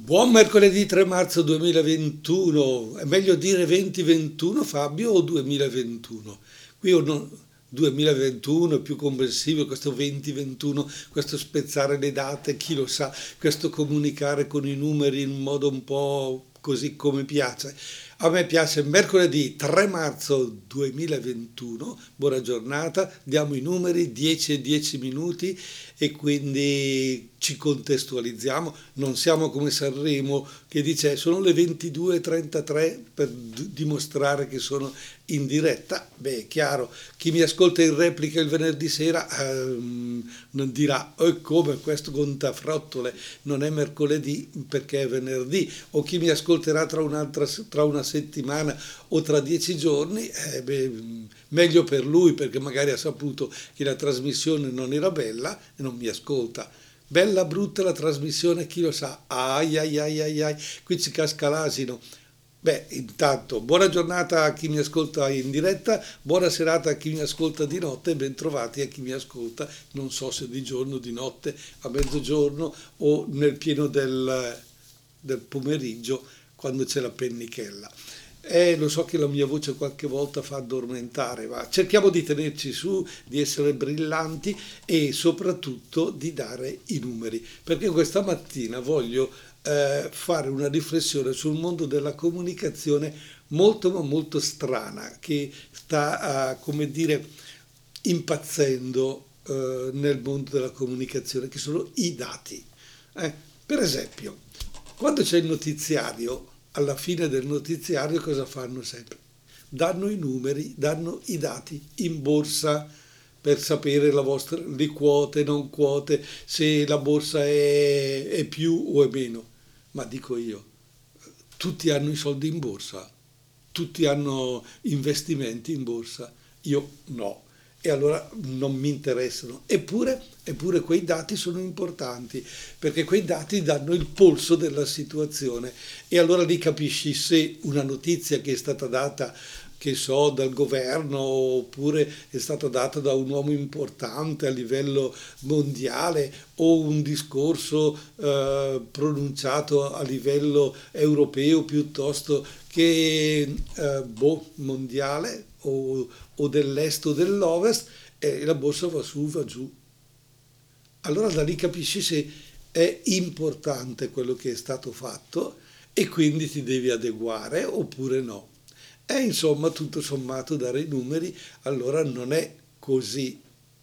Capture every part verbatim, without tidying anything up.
Buon mercoledì tre marzo duemilaventuno, è meglio dire duemilaventuno Fabio o duemilaventuno? Qui ho no- duemilaventuno è più comprensivo, questo duemilaventuno, questo spezzare le date, chi lo sa, questo comunicare con i numeri in un modo un po' così come piace. A me piace mercoledì tre marzo duemilaventuno, buona giornata, diamo i numeri dieci e dieci minuti e quindi ci contestualizziamo, non siamo come Sanremo che dice sono le ventidue e trentatré per d- dimostrare che sono in diretta. Beh, è chiaro, chi mi ascolta in replica il venerdì sera ehm, non dirà e come questo conta frottole, non è mercoledì perché è venerdì, o chi mi ascolterà tra un'altra, tra una settimana o tra dieci giorni, eh, beh, meglio per lui perché magari ha saputo che la trasmissione non era bella e non mi ascolta. Bella brutta la trasmissione, chi lo sa? Ai ai ai ai ai, qui ci casca l'asino. Beh, intanto, buona giornata a chi mi ascolta in diretta, buona serata a chi mi ascolta di notte e ben trovati a chi mi ascolta, non so se di giorno, di notte, a mezzogiorno o nel pieno del, del pomeriggio quando c'è la pennichella. Eh, lo so che la mia voce qualche volta fa addormentare, ma cerchiamo di tenerci su, di essere brillanti e soprattutto di dare i numeri, perché questa mattina voglio eh, fare una riflessione sul mondo della comunicazione molto ma molto strana, che sta, eh, come dire, impazzendo eh, nel mondo della comunicazione, che sono i dati. Eh, per esempio, quando c'è il notiziario, alla fine del notiziario cosa fanno sempre? Danno i numeri, danno i dati in borsa per sapere la vostra, le quote, non quote, se la borsa è, è più o è meno. Ma dico io, tutti hanno i soldi in borsa, tutti hanno investimenti in borsa, io no. E allora non mi interessano. Eppure, eppure quei dati sono importanti, perché quei dati danno il polso della situazione e allora lì capisci se una notizia che è stata data, che so, dal governo oppure è stata data da un uomo importante a livello mondiale o un discorso eh, pronunciato a livello europeo piuttosto che eh, boh, mondiale o, o dell'est o dell'ovest e la borsa va su, va giù. Allora da lì capisci se è importante quello che è stato fatto e quindi ti devi adeguare oppure no. E insomma, tutto sommato, dare i numeri allora non è così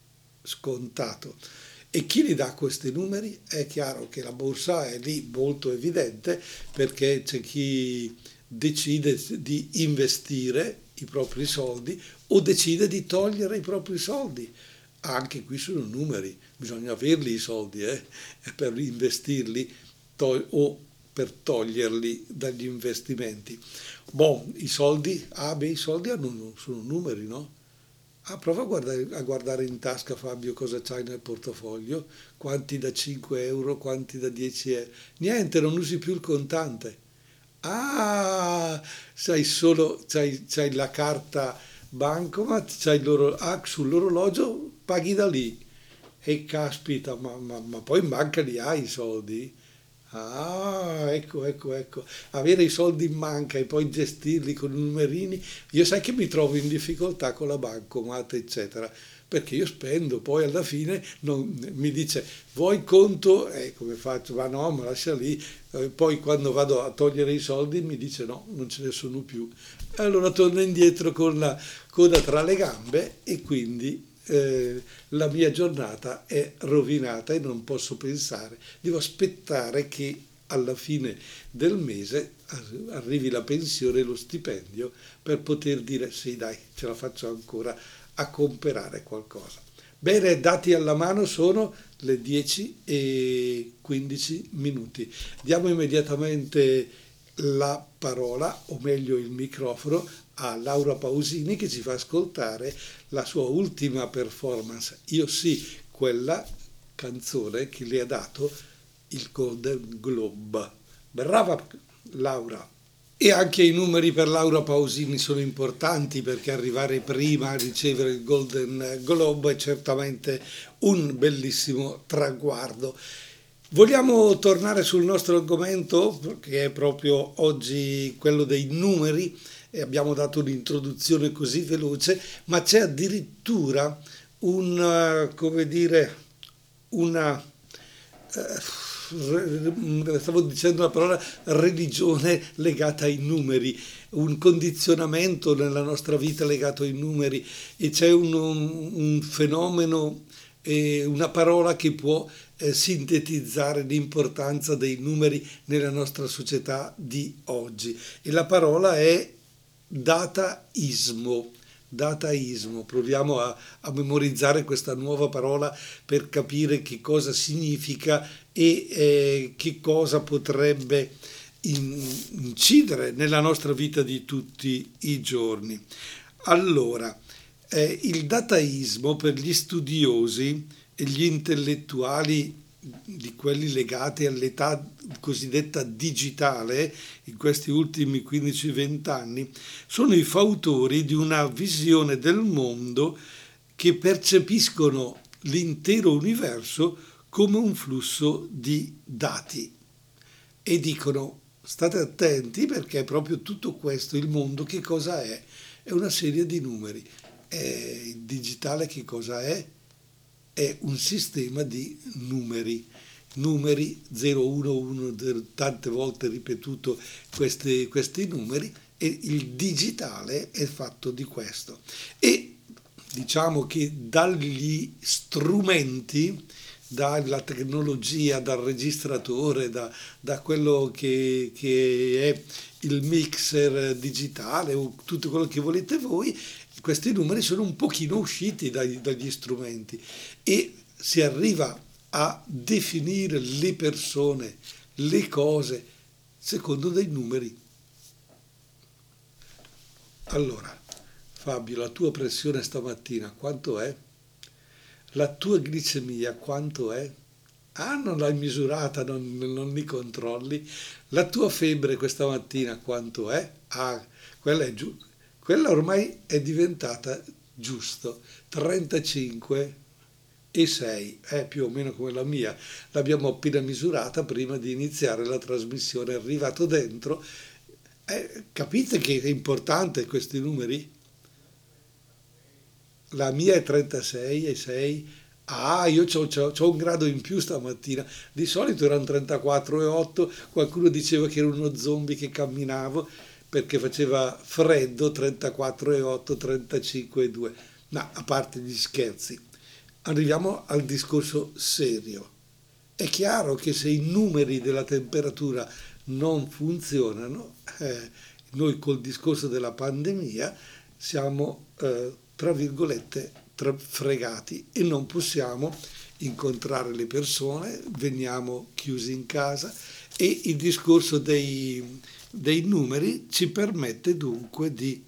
scontato. E chi li dà questi numeri? È chiaro che la borsa è lì molto evidente perché c'è chi decide di investire i propri soldi o decide di togliere i propri soldi. Anche qui sono numeri, bisogna averli i soldi eh, per investirli to- o per toglierli dagli investimenti. Boh, i soldi, ah beh, i soldi hanno- sono numeri, no? Ah, prova a guardare, a guardare in tasca, Fabio, cosa c'hai nel portafoglio, quanti da cinque euro, quanti da dieci euro. Niente, non usi più il contante. Ah, c'hai solo, c'hai, c'hai la carta Bancomat, c'hai l'oro, ah, sull'orologio paghi da lì. E caspita, ma, ma, ma poi in banca li hai i soldi? Ah, ecco, ecco, ecco. Avere i soldi in banca e poi gestirli con i numerini. Io sai che mi trovo in difficoltà con la bancomat, eccetera, perché io spendo, poi alla fine non- mi dice, vuoi conto? E come faccio? Ma no, ma lascia lì. Eh, poi quando vado a togliere i soldi mi dice no, non ce ne sono più. E allora torno indietro con la coda tra le gambe e quindi eh, la mia giornata è rovinata e non posso pensare, devo aspettare che alla fine del mese arrivi la pensione e lo stipendio per poter dire sì dai, ce la faccio ancora a comprare qualcosa. Bene, dati alla mano sono le dieci e quindici minuti. Diamo immediatamente la parola, o meglio il microfono, a Laura Pausini che ci fa ascoltare la sua ultima performance, Io sì, quella canzone che le ha dato il Golden Globe. Brava Laura! E anche i numeri per Laura Pausini sono importanti perché arrivare prima a ricevere il Golden Globe è certamente un bellissimo traguardo. Vogliamo tornare sul nostro argomento, che è proprio oggi quello dei numeri, e abbiamo dato un'introduzione così veloce, ma c'è addirittura un, eh, come dire, una, eh, stavo dicendo la parola religione legata ai numeri, un condizionamento nella nostra vita legato ai numeri, e c'è un, un- un fenomeno, eh, una parola che può eh, sintetizzare l'importanza dei numeri nella nostra società di oggi. E la parola è dataismo. Dataismo, proviamo a, a memorizzare questa nuova parola per capire che cosa significa e eh, che cosa potrebbe in- incidere nella nostra vita di tutti i giorni. Allora, eh, il dataismo per gli studiosi e gli intellettuali di quelli legati all'età cosiddetta digitale in questi ultimi quindici venti anni sono i fautori di una visione del mondo che percepiscono l'intero universo come un flusso di dati e dicono state attenti perché proprio tutto questo, il mondo, che cosa è? È una serie di numeri. E il digitale che cosa è? È un sistema di numeri, numeri zero uno uno, tante volte ripetuto questi, questi numeri, e il digitale è fatto di questo. E diciamo che dagli strumenti, dalla tecnologia, dal registratore, da, da quello che, che è il mixer digitale o tutto quello che volete voi, questi numeri sono un pochino usciti dai- dagli strumenti e si arriva a definire le persone, le cose, secondo dei numeri. Allora, Fabio, la tua pressione stamattina quanto è? La tua glicemia quanto è? Ah, non l'hai misurata, non, non li controlli. La tua febbre questa mattina quanto è? Ah, quella è giù. Quella ormai è diventata giusto, trentacinque e sei, è più o meno come la mia. L'abbiamo appena misurata prima di iniziare la trasmissione, è arrivato dentro. Eh, capite che è importante questi numeri? La mia è trentasei e sei. Ah, io ho un grado in più stamattina. Di solito erano trentaquattro e otto. Qualcuno diceva che ero uno zombie che camminavo perché faceva freddo, trentaquattro e otto, trentacinque e due. Ma a parte gli scherzi, arriviamo al discorso serio. È chiaro che se i numeri della temperatura non funzionano, eh, noi col discorso della pandemia siamo, eh, tra virgolette, tra- fregati e non possiamo incontrare le persone, veniamo chiusi in casa e il discorso dei, dei numeri ci permette dunque di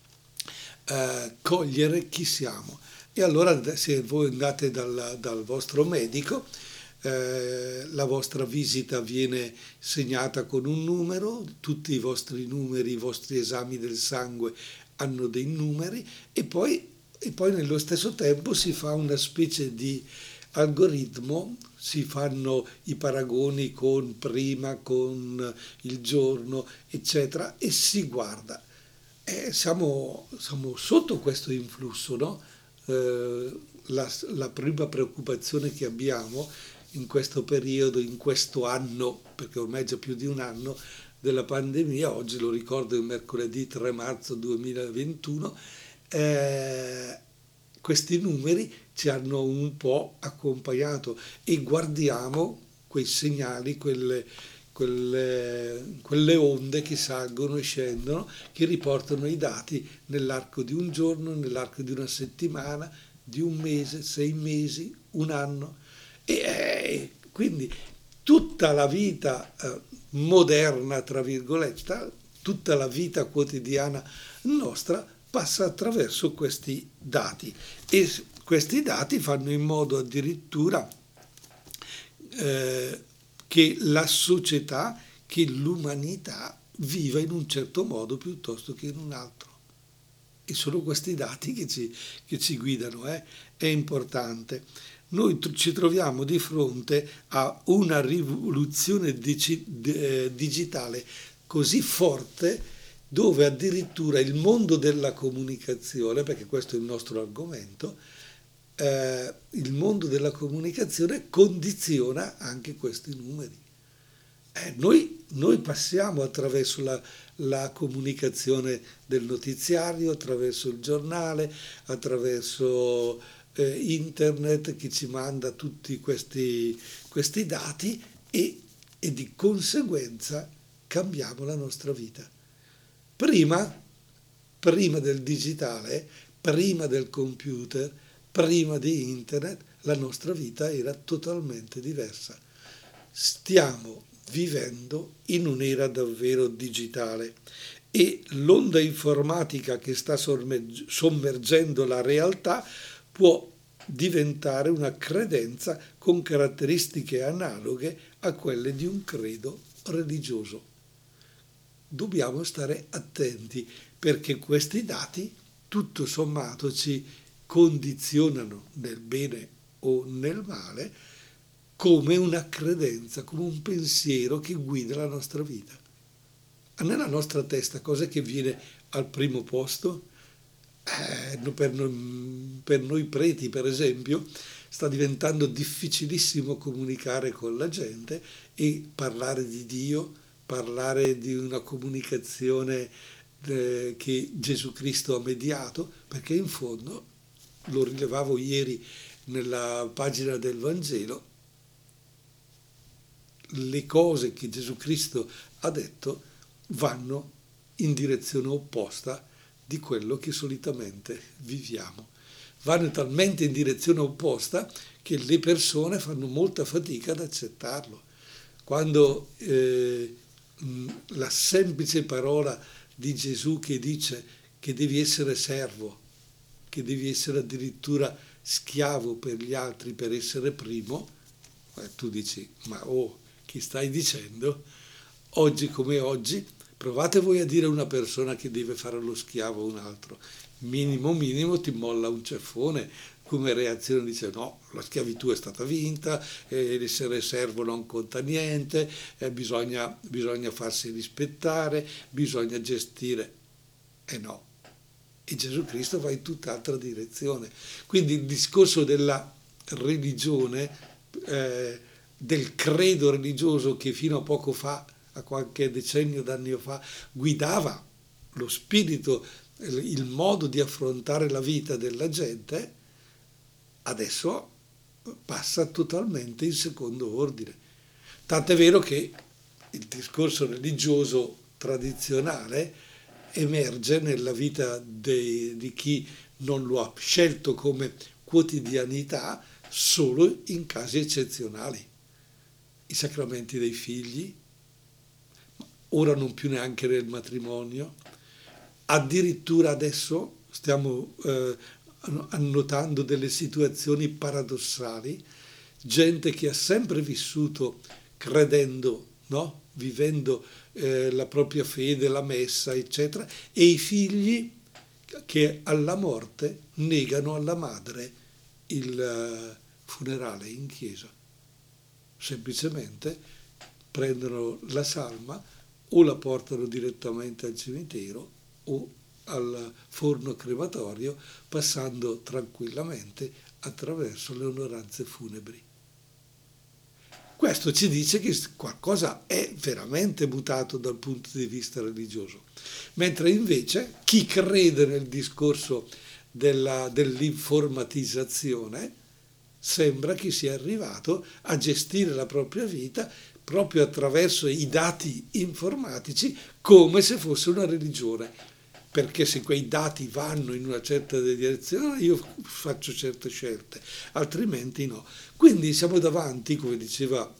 eh, cogliere chi siamo. E allora se voi andate dal, dal vostro medico, eh, la vostra visita viene segnata con un numero, tutti i vostri numeri, i vostri esami del sangue hanno dei numeri e poi, e poi nello stesso tempo si fa una specie di algoritmo, si fanno i paragoni con prima, con il giorno, eccetera, e si guarda. Eh, siamo, siamo sotto questo influsso, no? Eh, la, la prima preoccupazione che abbiamo in questo periodo, in questo anno, perché ormai è già più di un anno della pandemia, oggi lo ricordo il mercoledì tre marzo duemilaventuno, eh, questi numeri ci hanno un po' accompagnato e guardiamo quei segnali, quelle, quelle, quelle onde che salgono e scendono, che riportano i dati nell'arco di un giorno, nell'arco di una settimana, di un mese, sei mesi, un anno. E eh, quindi tutta la vita eh, moderna, tra virgolette, tutta la vita quotidiana nostra passa attraverso questi dati e questi dati fanno in modo addirittura eh, che la società, che l'umanità viva in un certo modo piuttosto che in un altro. E sono questi dati che ci, che ci guidano, eh? È importante. noi ci troviamo di fronte a una rivoluzione dici- eh, digitale così forte, dove addirittura il mondo della comunicazione, perché questo è il nostro argomento, eh, il mondo della comunicazione condiziona anche questi numeri. Eh, noi, noi passiamo attraverso la, la comunicazione del notiziario, attraverso il giornale, attraverso eh, internet che ci manda tutti questi, questi dati e, e di conseguenza cambiamo la nostra vita. Prima, prima del digitale, prima del computer, prima di internet, la nostra vita era totalmente diversa. Stiamo vivendo in un'era davvero digitale e l'onda informatica che sta sommergendo la realtà può diventare una credenza con caratteristiche analoghe a quelle di un credo religioso. Dobbiamo stare attenti perché questi dati, tutto sommato, ci condizionano nel bene o nel male come una credenza, come un pensiero che guida la nostra vita. Nella nostra testa cosa che viene al primo posto? Eh, per, noi, per noi preti, per esempio, sta diventando difficilissimo comunicare con la gente e parlare di Dio, parlare di una comunicazione eh, che Gesù Cristo ha mediato, perché in fondo, lo rilevavo ieri nella pagina del Vangelo, le cose che Gesù Cristo ha detto vanno in direzione opposta di quello che solitamente viviamo. Vanno talmente in direzione opposta che le persone fanno molta fatica ad accettarlo. Quando eh, la semplice parola di Gesù che dice che devi essere servo, che devi essere addirittura schiavo per gli altri per essere primo, eh, tu dici, ma oh, chi stai dicendo? Oggi come oggi, provate voi a dire a una persona che deve fare lo schiavo a un altro, minimo minimo ti molla un ceffone, come reazione dice no, la schiavitù è stata vinta, eh, essere servo non conta niente, eh, bisogna, bisogna farsi rispettare, bisogna gestire. E eh no, e Gesù Cristo va in tutt'altra direzione. Quindi il discorso della religione, eh, del credo religioso che fino a poco fa, a qualche decennio d'anni fa, guidava lo spirito, il modo di affrontare la vita della gente, adesso passa totalmente in secondo ordine. Tant'è vero che il discorso religioso tradizionale emerge nella vita dei, di chi non lo ha scelto come quotidianità solo in casi eccezionali. I sacramenti dei figli, ora non più neanche nel matrimonio, addirittura adesso stiamo eh, annotando delle situazioni paradossali, gente che ha sempre vissuto credendo, no? Vivendo eh, la propria fede, la messa, eccetera, e i figli che alla morte negano alla madre il funerale in chiesa. Semplicemente prendono la salma o la portano direttamente al cimitero o al forno crematorio, passando tranquillamente attraverso le onoranze funebri. Questo ci dice che qualcosa è veramente mutato dal punto di vista religioso, mentre invece chi crede nel discorso della, dell'informatizzazione sembra che sia arrivato a gestire la propria vita proprio attraverso i dati informatici come se fosse una religione, perché se quei dati vanno in una certa direzione io faccio certe scelte, altrimenti no. Quindi siamo davanti, come diceva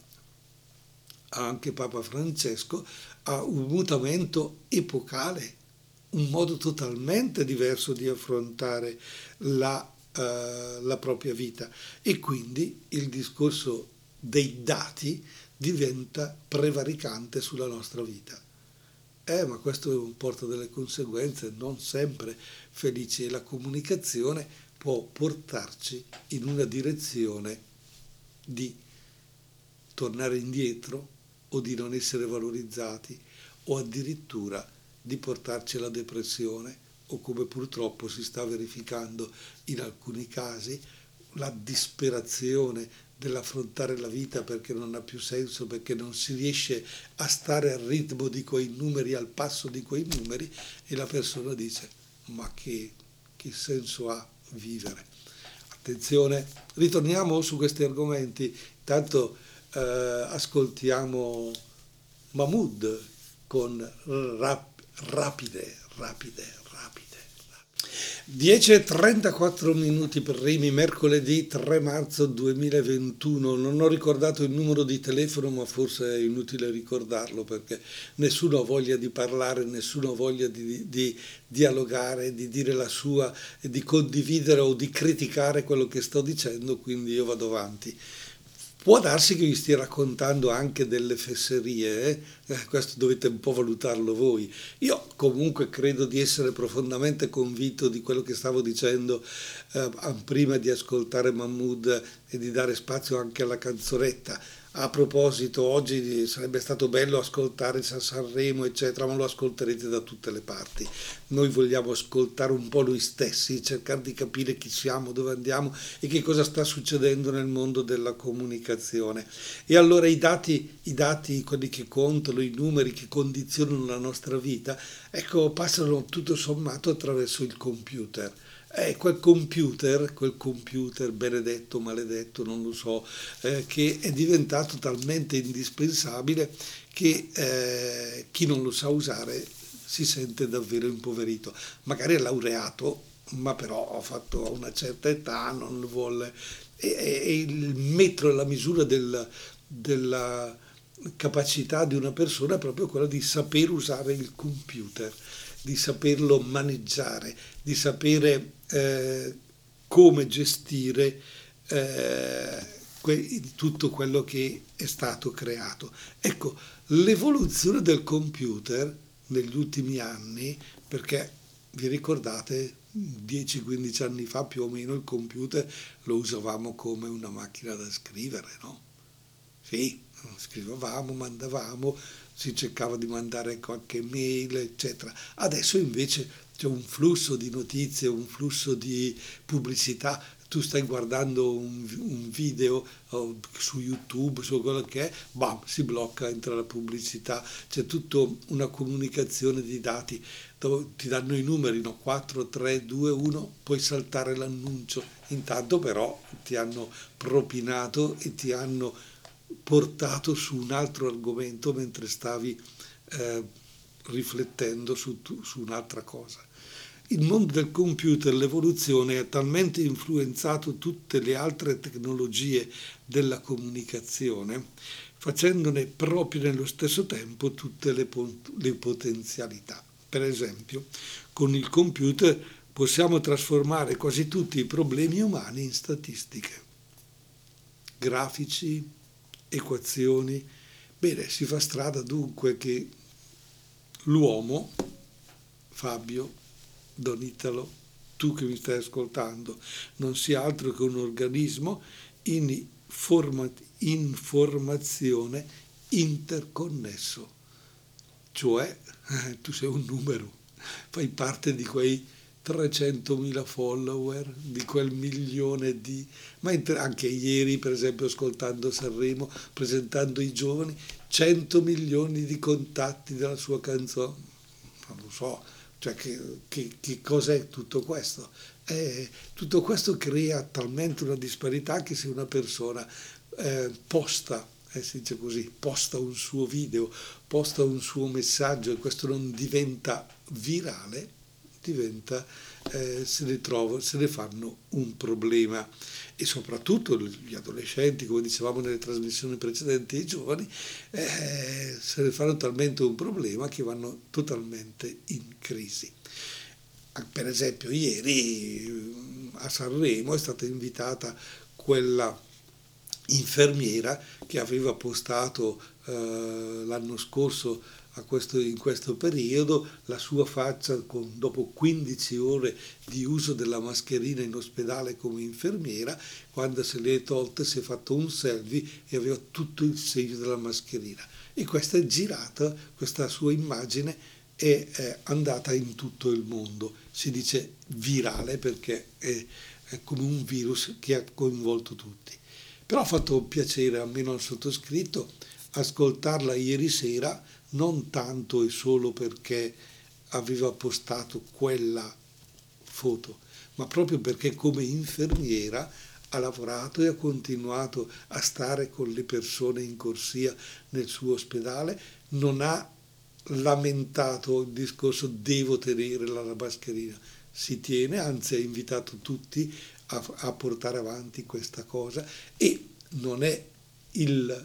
anche Papa Francesco, a un mutamento epocale, un modo totalmente diverso di affrontare la, uh, la propria vita, e quindi il discorso dei dati diventa prevaricante sulla nostra vita. Eh, ma questo porta delle conseguenze non sempre felici e la comunicazione può portarci in una direzione di tornare indietro o di non essere valorizzati o addirittura di portarci alla depressione o, come purtroppo si sta verificando in alcuni casi, la disperazione dell'affrontare la vita perché non ha più senso, perché non si riesce a stare al ritmo di quei numeri, al passo di quei numeri, e la persona dice: ma che, che senso ha vivere? Attenzione, ritorniamo su questi argomenti. Intanto eh, ascoltiamo Mahmood con rap, rapide, rapide, rapide. dieci e trentaquattro minuti primi, mercoledì tre marzo duemilaventuno. Non ho ricordato il numero di telefono, ma forse è inutile ricordarlo perché nessuno ha voglia di parlare, nessuno ha voglia di, di dialogare, di dire la sua, di condividere o di criticare quello che sto dicendo, quindi io vado avanti. Può darsi che vi stia raccontando anche delle fesserie, eh? Eh, questo dovete un po' valutarlo voi. Io comunque credo di essere profondamente convinto di quello che stavo dicendo eh, prima di ascoltare Mahmood e di dare spazio anche alla canzonetta. A proposito, oggi sarebbe stato bello ascoltare Sanremo, eccetera, ma lo ascolterete da tutte le parti. Noi vogliamo ascoltare un po' noi stessi, cercare di capire chi siamo, dove andiamo e che cosa sta succedendo nel mondo della comunicazione. E allora i dati, i dati, quelli che contano, i numeri che condizionano la nostra vita, ecco, passano tutto sommato attraverso il computer. Eh, quel computer, quel computer benedetto, maledetto, non lo so, eh, che è diventato talmente indispensabile che eh, chi non lo sa usare si sente davvero impoverito. Magari è laureato, ma però ha fatto una certa età, non vuole... E, e il metro e la misura del, della capacità di una persona è proprio quella di saper usare il computer, di saperlo maneggiare, di sapere eh, come gestire eh, que- tutto quello che è stato creato. Ecco, l'evoluzione del computer negli ultimi anni, perché vi ricordate, dieci quindici anni fa più o meno il computer lo usavamo come una macchina da scrivere, no? Sì, scrivevamo, mandavamo, si cercava di mandare qualche mail, eccetera. Adesso invece c'è un flusso di notizie, un flusso di pubblicità. Tu stai guardando un, un video oh, su YouTube, su quello che è, bam, si blocca, entra la pubblicità. C'è tutta una comunicazione di dati dove ti danno i numeri, no? quattro, tre, due, uno, puoi saltare l'annuncio. Intanto però ti hanno propinato e ti hanno portato su un altro argomento mentre stavi eh, riflettendo su, su un'altra cosa. Il mondo del computer, l'evoluzione ha talmente influenzato tutte le altre tecnologie della comunicazione, facendone proprio nello stesso tempo tutte le, le potenzialità. Per esempio, con il computer possiamo trasformare quasi tutti i problemi umani in statistiche, grafici, equazioni. Bene, si fa strada dunque che l'uomo, Fabio, Don Italo, tu che mi stai ascoltando, non sia altro che un organismo in forma, informazione interconnesso. Cioè, eh, tu sei un numero, fai parte di quei trecentomila follower, di quel milione di... Ma anche ieri, per esempio, ascoltando Sanremo, presentando i giovani, cento milioni di contatti della sua canzone. Non lo so, cioè che, che, che cos'è tutto questo? Eh, tutto questo crea talmente una disparità che se una persona eh, posta, eh, si dice così, posta un suo video, posta un suo messaggio e questo non diventa virale, diventa, eh, se ne trova, se ne fanno un problema. E soprattutto gli adolescenti, come dicevamo nelle trasmissioni precedenti, i giovani, eh, se ne fanno talmente un problema che vanno totalmente in crisi. Per esempio ieri a Sanremo è stata invitata quella infermiera che aveva postato eh, l'anno scorso a questo, in questo periodo, la sua faccia con, dopo quindici ore di uso della mascherina in ospedale come infermiera, quando se l'è tolta si è fatto un selfie e aveva tutto il segno della mascherina. E questa è girata, questa sua immagine è, è andata in tutto il mondo. Si dice virale perché è, è come un virus che ha coinvolto tutti. Però ha fatto piacere, almeno al sottoscritto, ascoltarla ieri sera, non tanto e solo perché aveva postato quella foto, ma proprio perché come infermiera ha lavorato e ha continuato a stare con le persone in corsia nel suo ospedale, non ha lamentato il discorso devo tenere la mascherina, si tiene, anzi ha invitato tutti a, a portare avanti questa cosa e non è il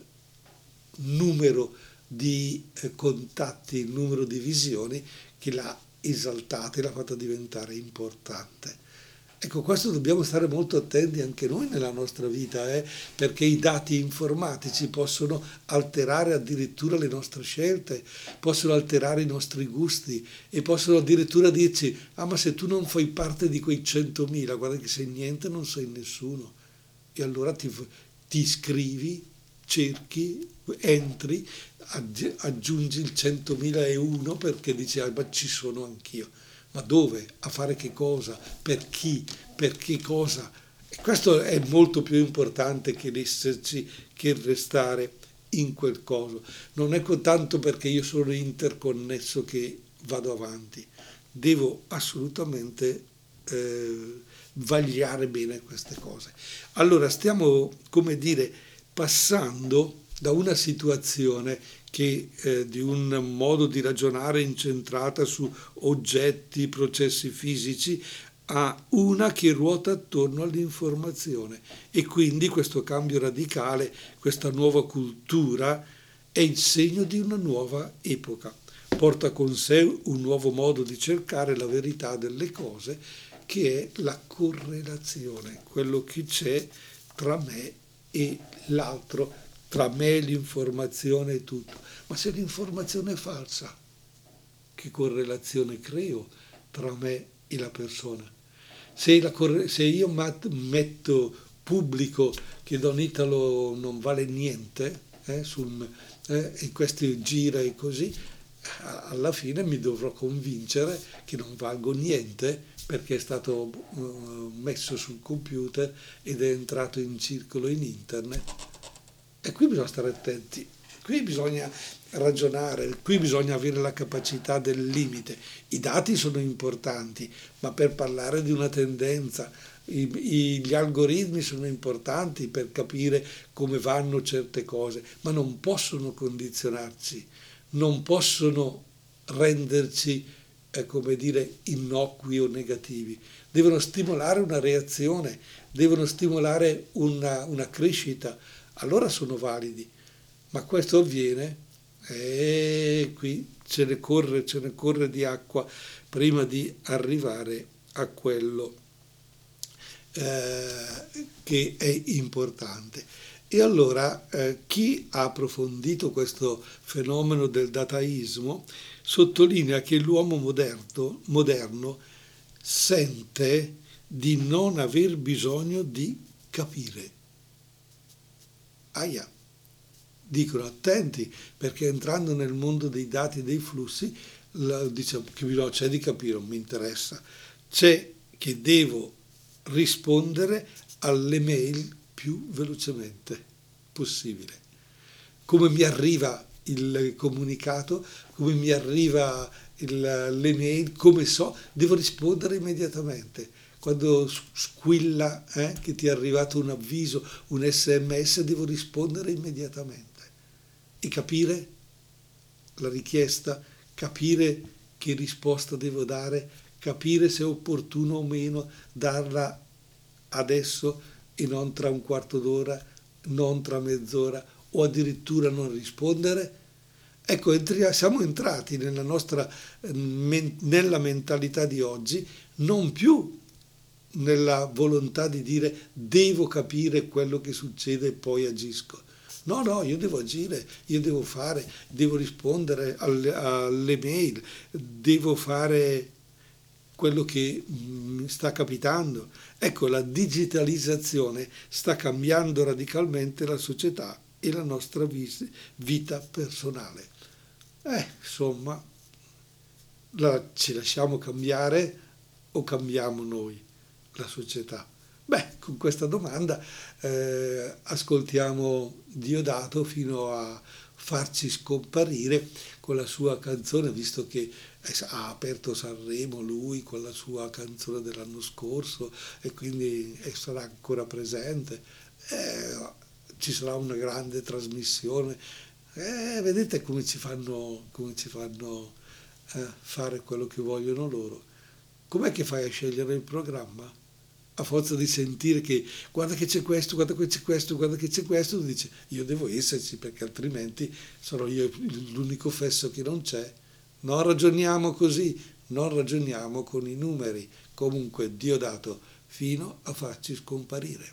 numero di eh, contatti, il numero di visioni che l'ha esaltata e l'ha fatta diventare importante. Ecco, questo dobbiamo stare molto attenti anche noi nella nostra vita, eh, perché i dati informatici possono alterare addirittura le nostre scelte, possono alterare i nostri gusti e possono addirittura dirci ah ma se tu non fai parte di quei centomila, guarda che sei niente, non sei nessuno. E allora ti, ti iscrivi, cerchi, entri, aggiungi il centomilauno perché dici ah ma ci sono anch'io. Ma dove? A fare che cosa? Per chi? Per che cosa? E questo è molto più importante che l'esserci, che restare in quel coso. Non è tanto perché io sono interconnesso che vado avanti. Devo assolutamente eh, vagliare bene queste cose. Allora stiamo, come dire, passando da una situazione che eh, di un modo di ragionare incentrata su oggetti, processi fisici, a una che ruota attorno all'informazione. E quindi questo cambio radicale, questa nuova cultura, è il segno di una nuova epoca. Porta con sé un nuovo modo di cercare la verità delle cose, che è la correlazione, quello che c'è tra me e l'altro, tra me, l'informazione e tutto. Ma se l'informazione è falsa, che correlazione creo tra me e la persona? Se, la corre- se io mat- metto pubblico che Don Italo non vale niente, eh, sul, eh, e questo gira e così, alla fine mi dovrò convincere che non valgo niente perché è stato uh, messo sul computer ed è entrato in circolo in internet. E qui bisogna stare attenti, qui bisogna ragionare, qui bisogna avere la capacità del limite. I dati sono importanti, ma per parlare di una tendenza, i, i, gli algoritmi sono importanti per capire come vanno certe cose, ma non possono condizionarci, non possono renderci, eh, come dire, innocui o negativi. Devono stimolare una reazione, devono stimolare una, una crescita, allora sono validi, ma questo avviene e qui ce ne corre, ce ne corre di acqua prima di arrivare a quello eh, che è importante. E allora eh, chi ha approfondito questo fenomeno del dataismo sottolinea che l'uomo moderno, moderno sente di non aver bisogno di capire. Aia, dicono attenti perché entrando nel mondo dei dati e dei flussi la, diciamo che no, c'è di capire, non mi interessa, c'è che devo rispondere alle mail più velocemente possibile. Come mi arriva il comunicato, come mi arriva il, le mail, come so, devo rispondere immediatamente. Quando squilla eh, che ti è arrivato un avviso, un sms, devo rispondere immediatamente e capire la richiesta, capire che risposta devo dare, capire se è opportuno o meno darla adesso e non tra un quarto d'ora, non tra mezz'ora o addirittura non rispondere. Ecco, entri- siamo entrati nella nostra nella mentalità di oggi, non più nella volontà di dire devo capire quello che succede e poi agisco, No, no, io devo agire, io devo fare, devo rispondere alle, alle mail, devo fare quello che mi sta capitando. Ecco, la digitalizzazione sta cambiando radicalmente la società e la nostra vis- vita personale. Eh, insomma, la- ci lasciamo cambiare o cambiamo noi la società? Beh, con questa domanda eh, ascoltiamo Diodato fino a farci scomparire con la sua canzone, visto che ha aperto Sanremo lui con la sua canzone dell'anno scorso e quindi eh, sarà ancora presente. Eh, ci sarà una grande trasmissione. Eh, vedete come ci fanno, come ci fanno eh, fare quello che vogliono loro. Com'è che fai a scegliere il programma? A forza di sentire che guarda che c'è questo, guarda che c'è questo, guarda che c'è questo, tu dici io devo esserci perché altrimenti sarò io l'unico fesso che non c'è. Non ragioniamo così, non ragioniamo con i numeri. Comunque Diodato fino a farci scomparire.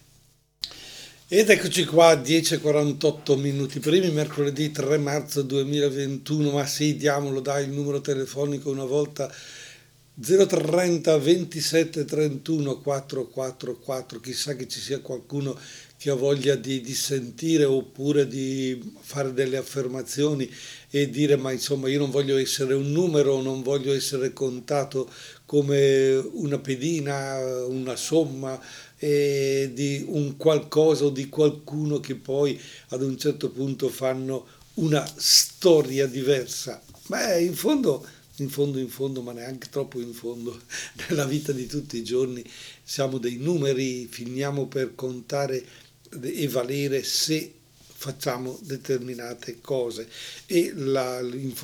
Ed eccoci qua, dieci e quarantotto minuti primi, mercoledì tre marzo duemilaventuno, ma sì, diamolo, dai, il numero telefonico una volta, zero trenta ventisette trentuno quattrocentoquarantaquattro, chissà che ci sia qualcuno che ha voglia di, di sentire oppure di fare delle affermazioni e dire ma insomma io non voglio essere un numero, non voglio essere contato come una pedina, una somma eh, di un qualcosa o di qualcuno che poi ad un certo punto fanno una storia diversa. Beh, in fondo in fondo, in fondo, ma neanche troppo in fondo, nella vita di tutti i giorni siamo dei numeri, finiamo per contare e valere se facciamo determinate cose e la,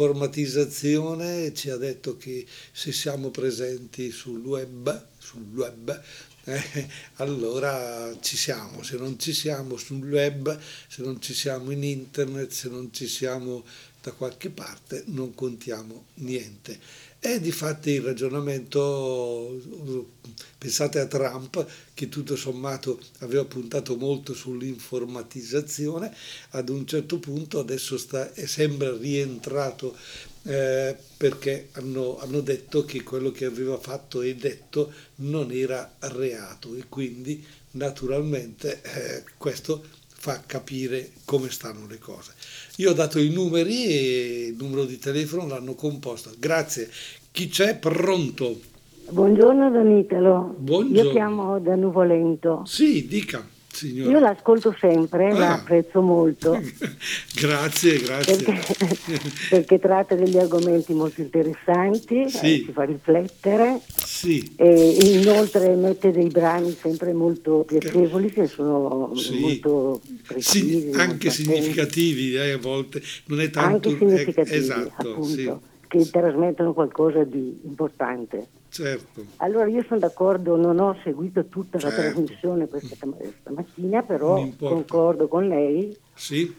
l'informatizzazione ci ha detto che se siamo presenti sul web, sul web eh, allora ci siamo, se non ci siamo sul web, se non ci siamo in internet, se non ci siamo da qualche parte non contiamo niente. E difatti il ragionamento, pensate a Trump che tutto sommato aveva puntato molto sull'informatizzazione, ad un certo punto adesso sta, sembra rientrato eh, perché hanno, hanno detto che quello che aveva fatto e detto non era reato e quindi naturalmente eh, questo fa capire come stanno le cose. Io ho dato i numeri e il numero di telefono l'hanno composto. Grazie. Chi c'è? Pronto? Buongiorno Don Italo. Buongiorno. Io chiamo da Nuvolento. Sì, dica, signora. Io l'ascolto sempre, Ah. la apprezzo molto. Grazie, grazie. Perché, perché tratta degli argomenti molto interessanti, Sì. eh, ci fa riflettere. Sì. E inoltre mette dei brani sempre molto piacevoli che sono Sì. molto precisi, Sì, anche molto significativi eh, a volte, non è tanto anche significativi, eh, esatto, appunto, sì. che trasmettono qualcosa di importante. Certo. Allora io sono d'accordo, non ho seguito tutta la Certo. trasmissione questa stamattina, Non però importa. concordo con lei. Sì.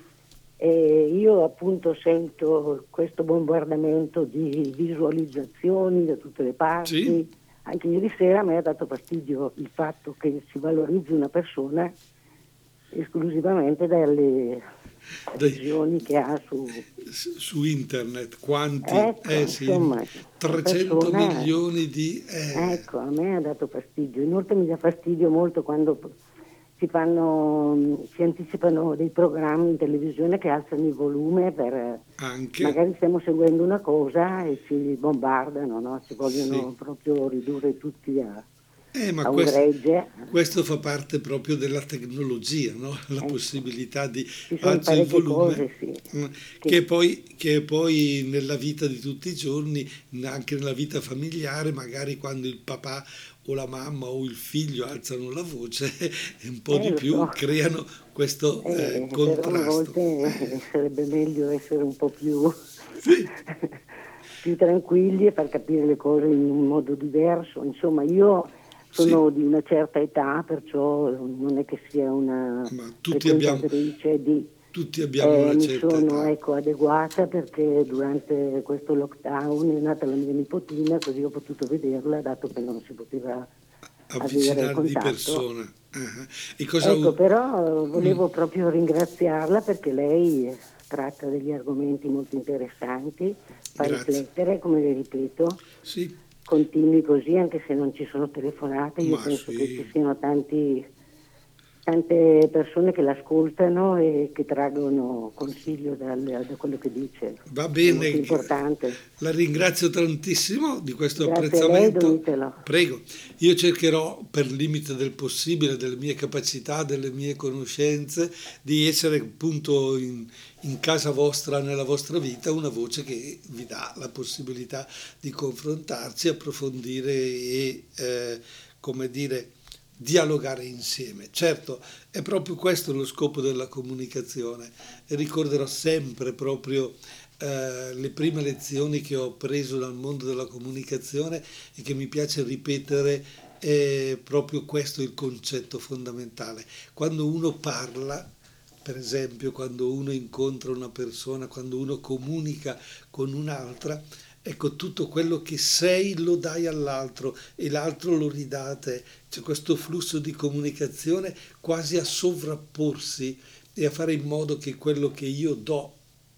E io appunto sento questo bombardamento di visualizzazioni da tutte le parti. Sì. Anche ieri sera mi ha dato fastidio il fatto che si valorizzi una persona esclusivamente dalle Dai- visioni che ha su... su internet quanti Ecco, eh sì, insomma, trecento persona- milioni di eh, Ecco, a me ha dato fastidio. Inoltre mi dà fastidio molto quando si fanno, si anticipano dei programmi in televisione che alzano il volume per... anche Magari stiamo seguendo una cosa e ci bombardano, no? Ci vogliono Sì. proprio ridurre tutti a, eh, ma a un questo, gregge. questo fa parte proprio della tecnologia, no? La Ecco. possibilità di Ci sono alzo il parecchie volume cose, sì. mm, Che- che poi, che poi nella vita di tutti i giorni, anche nella vita familiare, magari quando il papà o la mamma o il figlio alzano la voce un po' Eh, di lo più, so. creano questo eh, Eh, però a contrasto. volte eh, sarebbe meglio essere un po' più, Sì. più tranquilli e far capire le cose in un modo diverso. Insomma, io sono di una certa età, perciò non è che sia una Ma tutti abbiamo, frequentatrice di... tutti abbiamo Eh, una mi certa sono età. ecco, adeguata perché durante questo lockdown è nata la mia nipotina, così ho potuto vederla, dato che non si poteva avere Avvicinare di contatto. persona. Uh-huh. E cosa... Ecco, però volevo Mm. proprio ringraziarla perché lei tratta degli argomenti molto interessanti, fa Grazie. riflettere, come le ripeto, Sì, continui così anche se non ci sono telefonate, io ma penso che ci sì. siano tanti, tante persone che l'ascoltano e che traggono consiglio dal- da quello che dice, Va è molto bene, importante. la ringrazio tantissimo di questo Grazie a lei, apprezzamento. Domitelo. Prego, io cercherò per il limite del possibile, delle mie capacità, delle mie conoscenze, di essere appunto in, in casa vostra, nella vostra vita, una voce che vi dà la possibilità di confrontarci, approfondire e, eh, come dire, dialogare insieme. Certo, è proprio questo lo scopo della comunicazione e ricorderò sempre proprio eh, le prime lezioni che ho preso dal mondo della comunicazione e che mi piace ripetere è proprio questo il concetto fondamentale. Quando uno parla, per esempio, quando uno incontra una persona, quando uno comunica con un'altra, ecco, tutto quello che sei lo dai all'altro e l'altro lo ridà a te. C'è questo flusso di comunicazione quasi a sovrapporsi e a fare in modo che quello che io do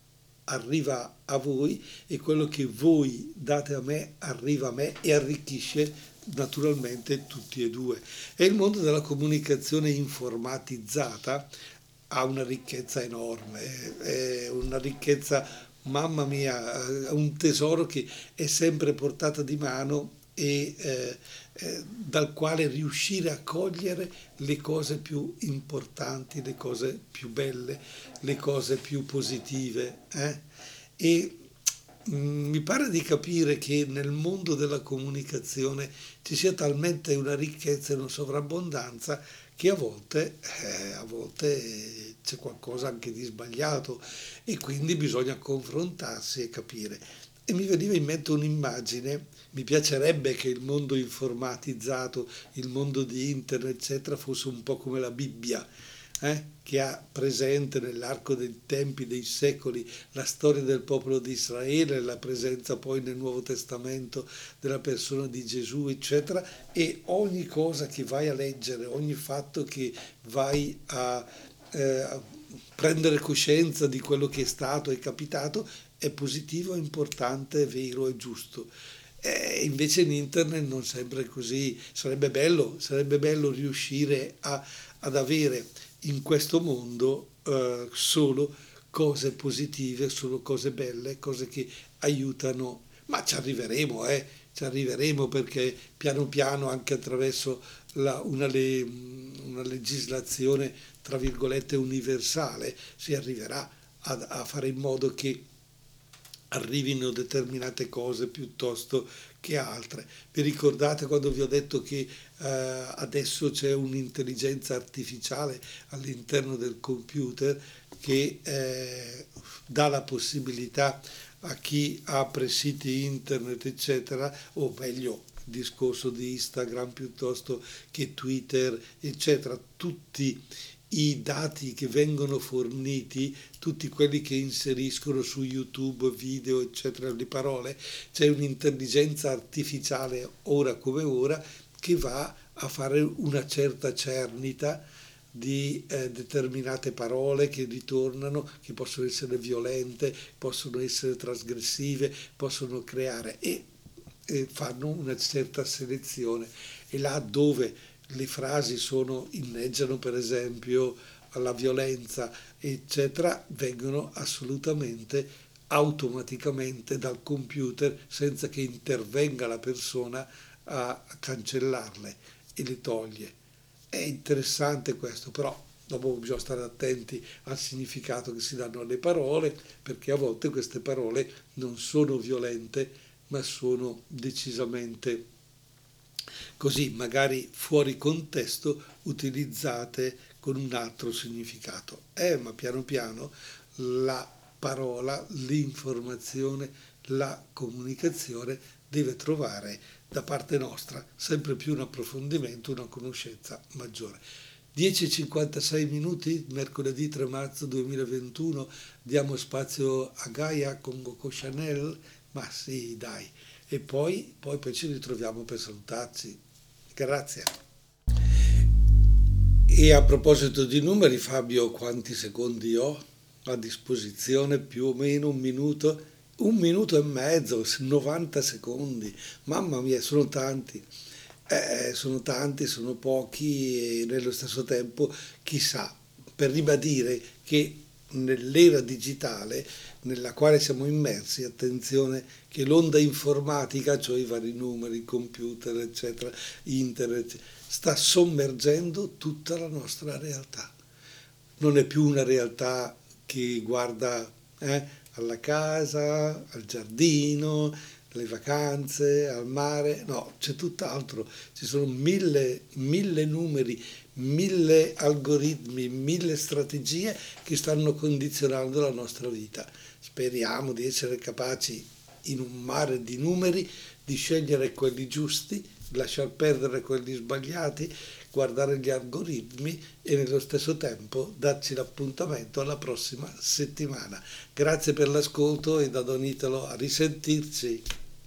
arriva a voi e quello che voi date a me arriva a me e arricchisce naturalmente tutti e due. E il mondo della comunicazione informatizzata ha una ricchezza enorme, è una ricchezza, mamma mia, un tesoro che è sempre portata di mano e eh, eh, dal quale riuscire a cogliere le cose più importanti, le cose più belle, le cose più positive. eh. E mm, mi pare di capire che nel mondo della comunicazione ci sia talmente una ricchezza e una sovrabbondanza che a volte, eh, a volte c'è qualcosa anche di sbagliato e quindi bisogna confrontarsi e capire. E mi veniva in mente un'immagine, mi piacerebbe che il mondo informatizzato, il mondo di internet, eccetera, fosse un po' come la Bibbia, eh, che ha presente nell'arco dei tempi, dei secoli, la storia del popolo di Israele, la presenza poi nel Nuovo Testamento della persona di Gesù, eccetera, e ogni cosa che vai a leggere, ogni fatto che vai a, eh, a prendere coscienza di quello che è stato e capitato è positivo, è importante, è vero, è giusto. E invece in internet non sempre è così. Sarebbe bello, sarebbe bello riuscire a, ad avere in questo mondo eh, solo cose positive, solo cose belle, cose che aiutano, ma ci arriveremo, eh, ci arriveremo perché piano piano anche attraverso la, una, le, una legislazione tra virgolette universale si arriverà a, a fare in modo che arrivino determinate cose piuttosto che altre. Vi ricordate quando vi ho detto che eh, adesso c'è un'intelligenza artificiale all'interno del computer che eh, dà la possibilità a chi apre siti internet, eccetera, o meglio, il discorso di Instagram piuttosto che Twitter, eccetera, tutti i dati che vengono forniti, tutti quelli che inseriscono su YouTube video, eccetera, le parole, c'è un'intelligenza artificiale ora come ora che va a fare una certa cernita di eh, determinate parole che ritornano, che possono essere violente, possono essere trasgressive, possono creare e, e fanno una certa selezione. E là dove le frasi sono, inneggiano per esempio alla violenza, eccetera, vengono assolutamente automaticamente dal computer senza che intervenga la persona a cancellarle e le toglie. È interessante questo, però dopo bisogna stare attenti al significato che si danno alle parole, perché a volte queste parole non sono violente, ma sono decisamente così, magari fuori contesto, utilizzate con un altro significato. Eh, ma piano piano la parola, l'informazione, la comunicazione deve trovare da parte nostra sempre più un approfondimento, una conoscenza maggiore. dieci e cinquantasei minuti, mercoledì tre marzo duemilaventuno, diamo spazio a Gaia con Coco Chanel, ma sì, dai, e poi, poi, poi ci ritroviamo per salutarci. Grazie. E a proposito di numeri, Fabio, quanti secondi ho a disposizione? Più o meno un minuto? Un minuto e mezzo, novanta secondi. Mamma mia, sono tanti. Eh, sono tanti, sono pochi e nello stesso tempo, chissà, per ribadire che nell'era digitale nella quale siamo immersi, attenzione, che l'onda informatica, cioè i vari numeri, computer, eccetera, internet, sta sommergendo tutta la nostra realtà. Non è più una realtà che guarda eh, alla casa, al giardino, alle vacanze, al mare, no, c'è tutt'altro, ci sono mille, mille numeri, mille algoritmi, mille strategie che stanno condizionando la nostra vita. Speriamo di essere capaci in un mare di numeri di scegliere quelli giusti, lasciar perdere quelli sbagliati, guardare gli algoritmi e nello stesso tempo darci l'appuntamento alla prossima settimana. Grazie per l'ascolto e da Don Italo a risentirci.